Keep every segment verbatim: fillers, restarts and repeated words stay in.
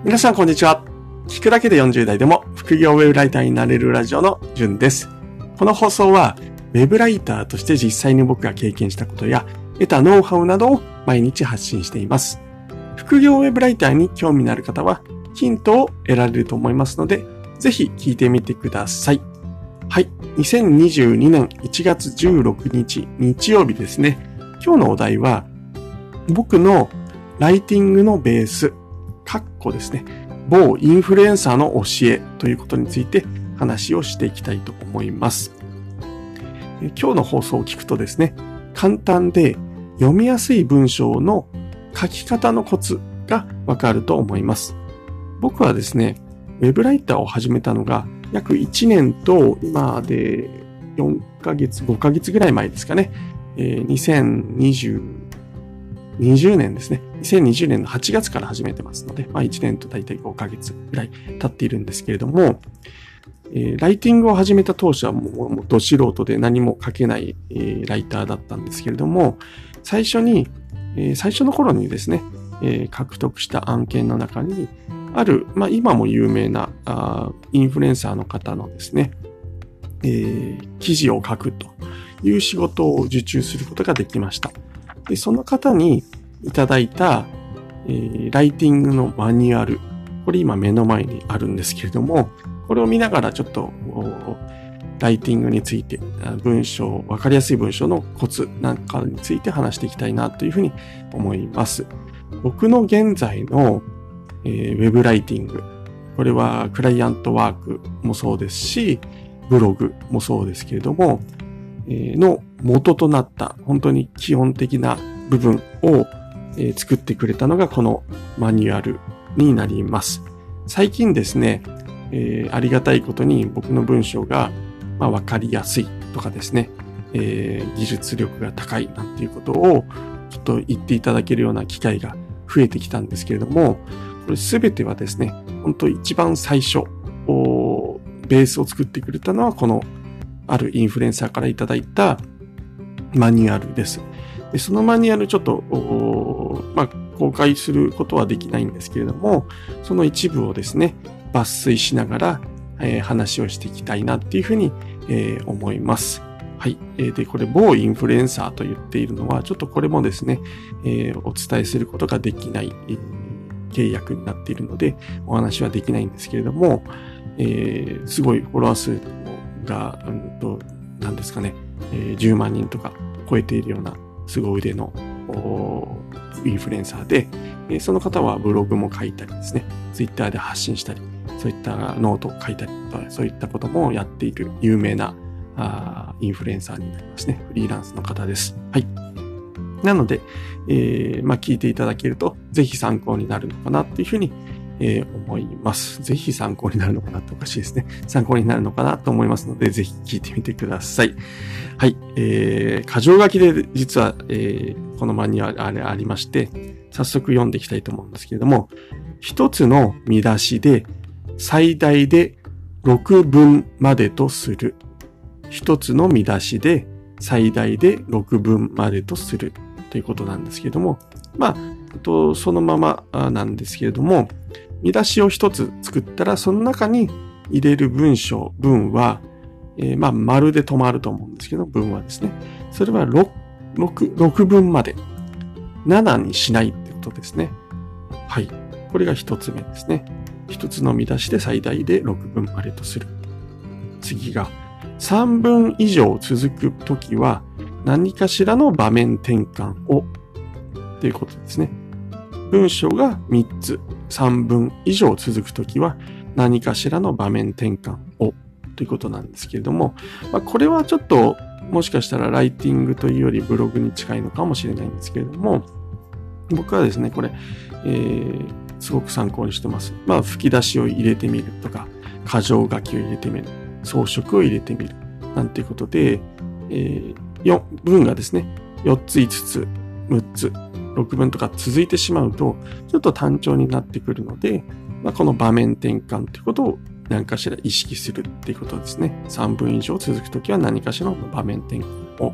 皆さんこんにちは。聞くだけでよんじゅう代でも副業ウェブライターになれるラジオのじゅんです。この放送はウェブライターとして実際に僕が経験したことや得たノウハウなどを毎日発信しています。副業ウェブライターに興味のある方はヒントを得られると思いますので、ぜひ聞いてみてください。はい。にせんにじゅうにねんいちがつじゅうろくにち日曜日ですね。今日のお題は僕のライティングのベース、かっこですね、某インフルエンサーの教えということについて話をしていきたいと思います。今日の放送を聞くとですね、簡単で読みやすい文章の書き方のコツがわかると思います。僕はですね、ウェブライターを始めたのが約いちねんと今でよんかげつ、ごかげつぐらい前ですかね。えー、にせんにじゅう、にじゅうねんですね。にせんにじゅうねんのはちがつから始めてますので、まあいちねんとだいたいごかげつぐらい経っているんですけれども、えー、ライティングを始めた当初はもう、もうど素人で何も書けない、えー、ライターだったんですけれども、最初に、えー、最初の頃にですね、えー、獲得した案件の中に、ある、まあ今も有名なあインフルエンサーの方のですね、えー、記事を書くという仕事を受注することができました。で、その方にいただいた、えー、ライティングのマニュアル、これ今目の前にあるんですけれども、これを見ながらちょっとライティングについて、文章、わかりやすい文章のコツなんかについて話していきたいなというふうに思います。僕の現在の、えー、ウェブライティング、これはクライアントワークもそうですし、ブログもそうですけれども、えー、の元となった本当に基本的な部分を、えー、作ってくれたのがこのマニュアルになります。最近ですね、えー、ありがたいことに僕の文章が、まあ、わかりやすいとかですね、えー、技術力が高いなんていうことをちょっと言っていただけるような機会が増えてきたんですけれども、これすべてはですね、本当一番最初、ベースを作ってくれたのはこのあるインフルエンサーからいただいたマニュアルです。でそのマニュアルちょっと、まあ、公開することはできないんですけれども、その一部をですね、抜粋しながら、えー、話をしていきたいなっていうふうに、えー、思います。はい。えー、で、これ某インフルエンサーと言っているのは、ちょっとこれもですね、えー、お伝えすることができない、えー、契約になっているので、お話はできないんですけれども、えー、すごいフォロワー数が、うんと、何ですかね、えー、じゅうまんにんとか超えているような凄腕のインフルエンサーで、えー、その方はブログも書いたりですね、ツイッターで発信したり、そういったノートを書いたりとか、そういったこともやっている有名なあインフルエンサーになりますね。フリーランスの方です。はい。なので、えー、まあ聞いていただけると、ぜひ参考になるのかなっていうふうにえー、思います。ぜひ参考になるのかなっておかしいですね。参考になるのかなと思いますので、ぜひ聞いてみてください。はい。えー、箇条書きで実は、えー、このマニュアルあれありまして、早速読んでいきたいと思うんですけれども、一つの見出しで最大でろくぶんまでとする。一つの見出しで最大でろくぶんまでとするということなんですけれども、まあ、とそのままなんですけれども、見出しを一つ作ったら、その中に入れる文章、文は、えー、まあ、丸で止まると思うんですけど、文はですね。それは 6, 6, 6分まで。ななにしないってことですね。はい。これが一つ目ですね。一つの見出しで最大でろくぶんまでとする。次が、さんぶん以上続くときは、何かしらの場面転換を、ということですね。文章がみっつ、さんぶん以上続くときは何かしらの場面転換をということなんですけれども、まあ、これはちょっともしかしたらライティングというよりブログに近いのかもしれないんですけれども、僕はですね、これ、えー、すごく参考にしてます。まあ、吹き出しを入れてみるとか、箇条書きを入れてみる、装飾を入れてみる、なんていうことで、えー、文がですね、よっつ、いつつ、むっつ、ろくぶんとか続いてしまうと、ちょっと単調になってくるので、まあ、この場面転換ということを何かしら意識するっていうことですね。さんぶん以上続くときは何かしらの場面転換を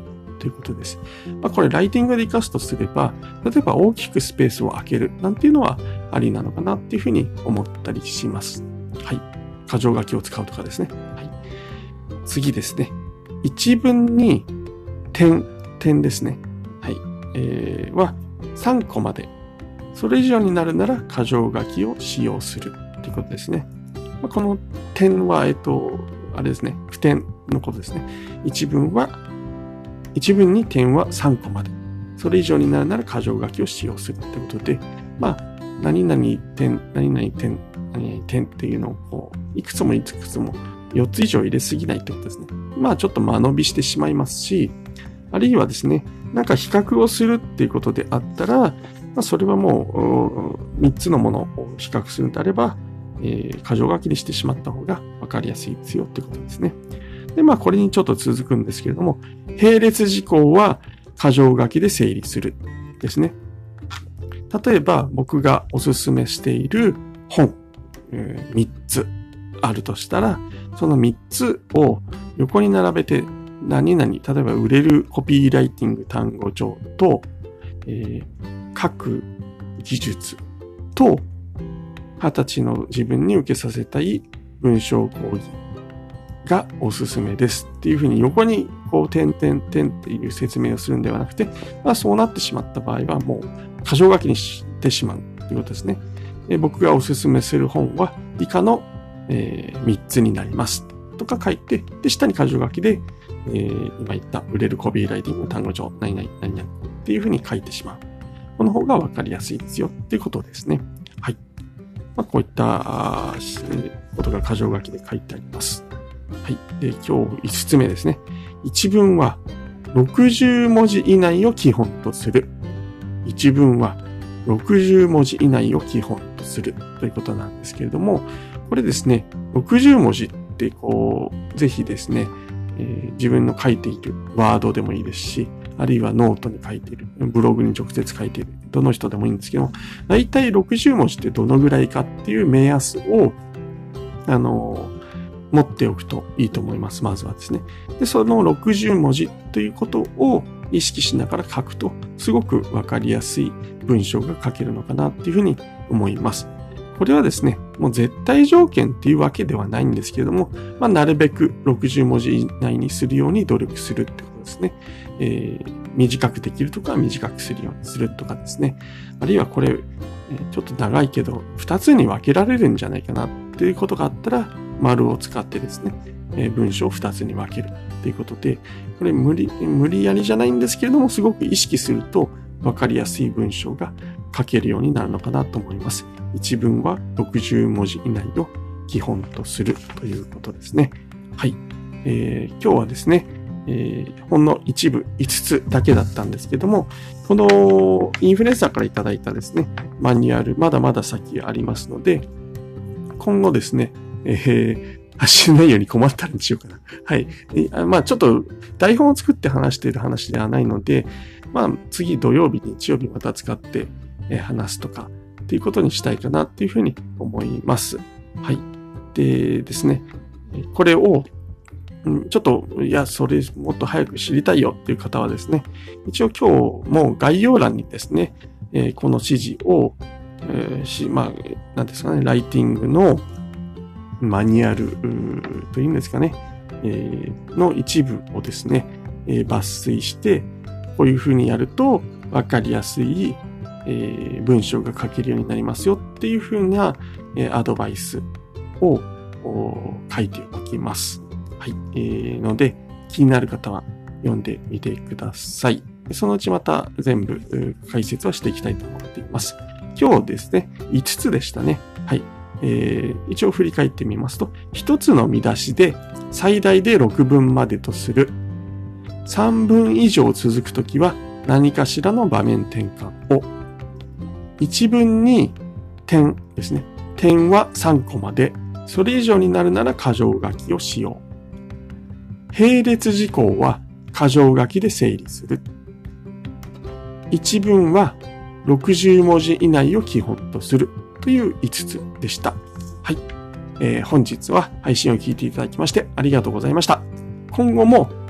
ということです。まあ、これライティングで活かすとすれば、例えば大きくスペースを空けるなんていうのはありなのかなっていうふうに思ったりします。はい。箇条書きを使うとかですね。はい。次ですね。一文に点、点ですね。はい。えー、はさんこまで。それ以上になるなら箇条書きを使用するということですね。まあ、この点は、えっと、あれですね。付点のことですね。一文は、一文に点はさんこまで。それ以上になるなら箇条書きを使用するということで、まあ、何々点、何々点、何々点っていうのをこう、いくつもいくつもよっつ以上入れすぎないってことですね。まあ、ちょっと間延びしてしまいますし、あるいはですね、なんか比較をするっていうことであったら、まあ、それはもうみっつのものを比較するのであれば、えー、箇条書きにしてしまった方が分かりやすいですよってことですね。で、まあこれにちょっと続くんですけれども、並列事項は箇条書きで整理するですね。例えば僕がおすすめしている本、えー、みっつあるとしたら、そのみっつを横に並べて何々、例えば売れるコピーライティング単語帳と、えー、書く技術と、二十歳の自分に受けさせたい文章講義がおすすめですっていうふうに横にこう点点点っていう説明をするんではなくて、まあ、そうなってしまった場合はもう箇条書きにしてしまうということですね。えー、僕がおすすめする本は以下の、えー、みっつになりますとか書いて、で下に箇条書きで、えー、今言った売れるコピーライティング単語帳何々何々っていうふうに書いてしまう。この方がわかりやすいですよっていうことですね。はい。まあ、こういったことが箇条書きで書いてあります。はい。で、今日いつつめですね。一文はろくじゅうもじ以内を基本とする。一文はろくじゅうもじ以内を基本とするということなんですけれども、これですね、ろくじゅうもじってこう、ぜひですね、えー、自分の書いているワードでもいいですし、あるいはノートに書いている、ブログに直接書いている、どの人でもいいんですけども、だいたいろくじゅうもじってどのぐらいかっていう目安を、あのー、持っておくといいと思います。まずはですね。で、そのろくじゅうもじということを意識しながら書くと、すごくわかりやすい文章が書けるのかなっていうふうに思います。これはですね、もう絶対条件っていうわけではないんですけれども、まあ、なるべくろくじゅうもじ以内にするように努力するってことですね。えー、短くできるとか短くするようにするとかですね。あるいはこれ、えー、ちょっと長いけど、二つに分けられるんじゃないかなっていうことがあったら、丸を使ってですね、えー、文章を二つに分けるっていうことで、これ無理、無理やりじゃないんですけれども、すごく意識すると分かりやすい文章が書けるようになるのかなと思います。一文はろくじゅうもじ以内を基本とするということですね。はい。えー、今日はですね、えー、ほんの一部いつつだけだったんですけども、このインフルエンサーからいただいたですね、マニュアル、まだまだ先ありますので、今後ですね、えー、発信内容に困ったらにしようかな。はい。まあちょっと台本を作って話している話ではないので、まあ次土曜日、日曜日また使って話すとかっていうことにしたいかなっていうふうに思います。はい。でですね、これをちょっと、いや、それもっと早く知りたいよっていう方はですね、一応今日も概要欄にですね、えー、この指示を、えー、し、まあ、なんですかね、ライティングのマニュアルというんですかね、えー、の一部をですね、えー、抜粋して、こういうふうにやると分かりやすい、えー、文章が書けるようになりますよっていうふうな、えー、アドバイスを書いておきます。はい。えー、ので、気になる方は読んでみてください。そのうちまた全部解説はしていきたいと思っています。今日ですね、いつつでしたね。はい。えー、一応振り返ってみますと、ひとつの見出しで最大でろくぶんまでとする。さんぶん以上続くときは何かしらの場面転換を。一文に点ですね。点はさんこまで。それ以上になるなら箇条書きを使用。並列事項は箇条書きで整理する。一文はろくじゅうもじ以内を基本とするといういつつでした。はい。えー、本日は配信を聞いていただきましてありがとうございました。今後も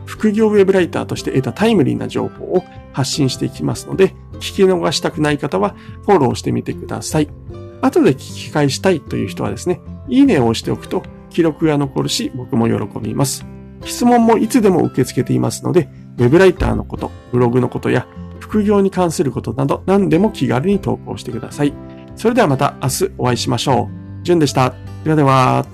副業ウェブライターとして得たタイムリーな情報を発信していきますので、聞き逃したくない方はフォローしてみてください。後で聞き返したいという人はですね、いいねを押しておくと記録が残るし、僕も喜びます。質問もいつでも受け付けていますので、ウェブライターのこと、ブログのことや副業に関することなど何でも気軽に投稿してください。それではまた明日お会いしましょう。じゅんでした。ではでは。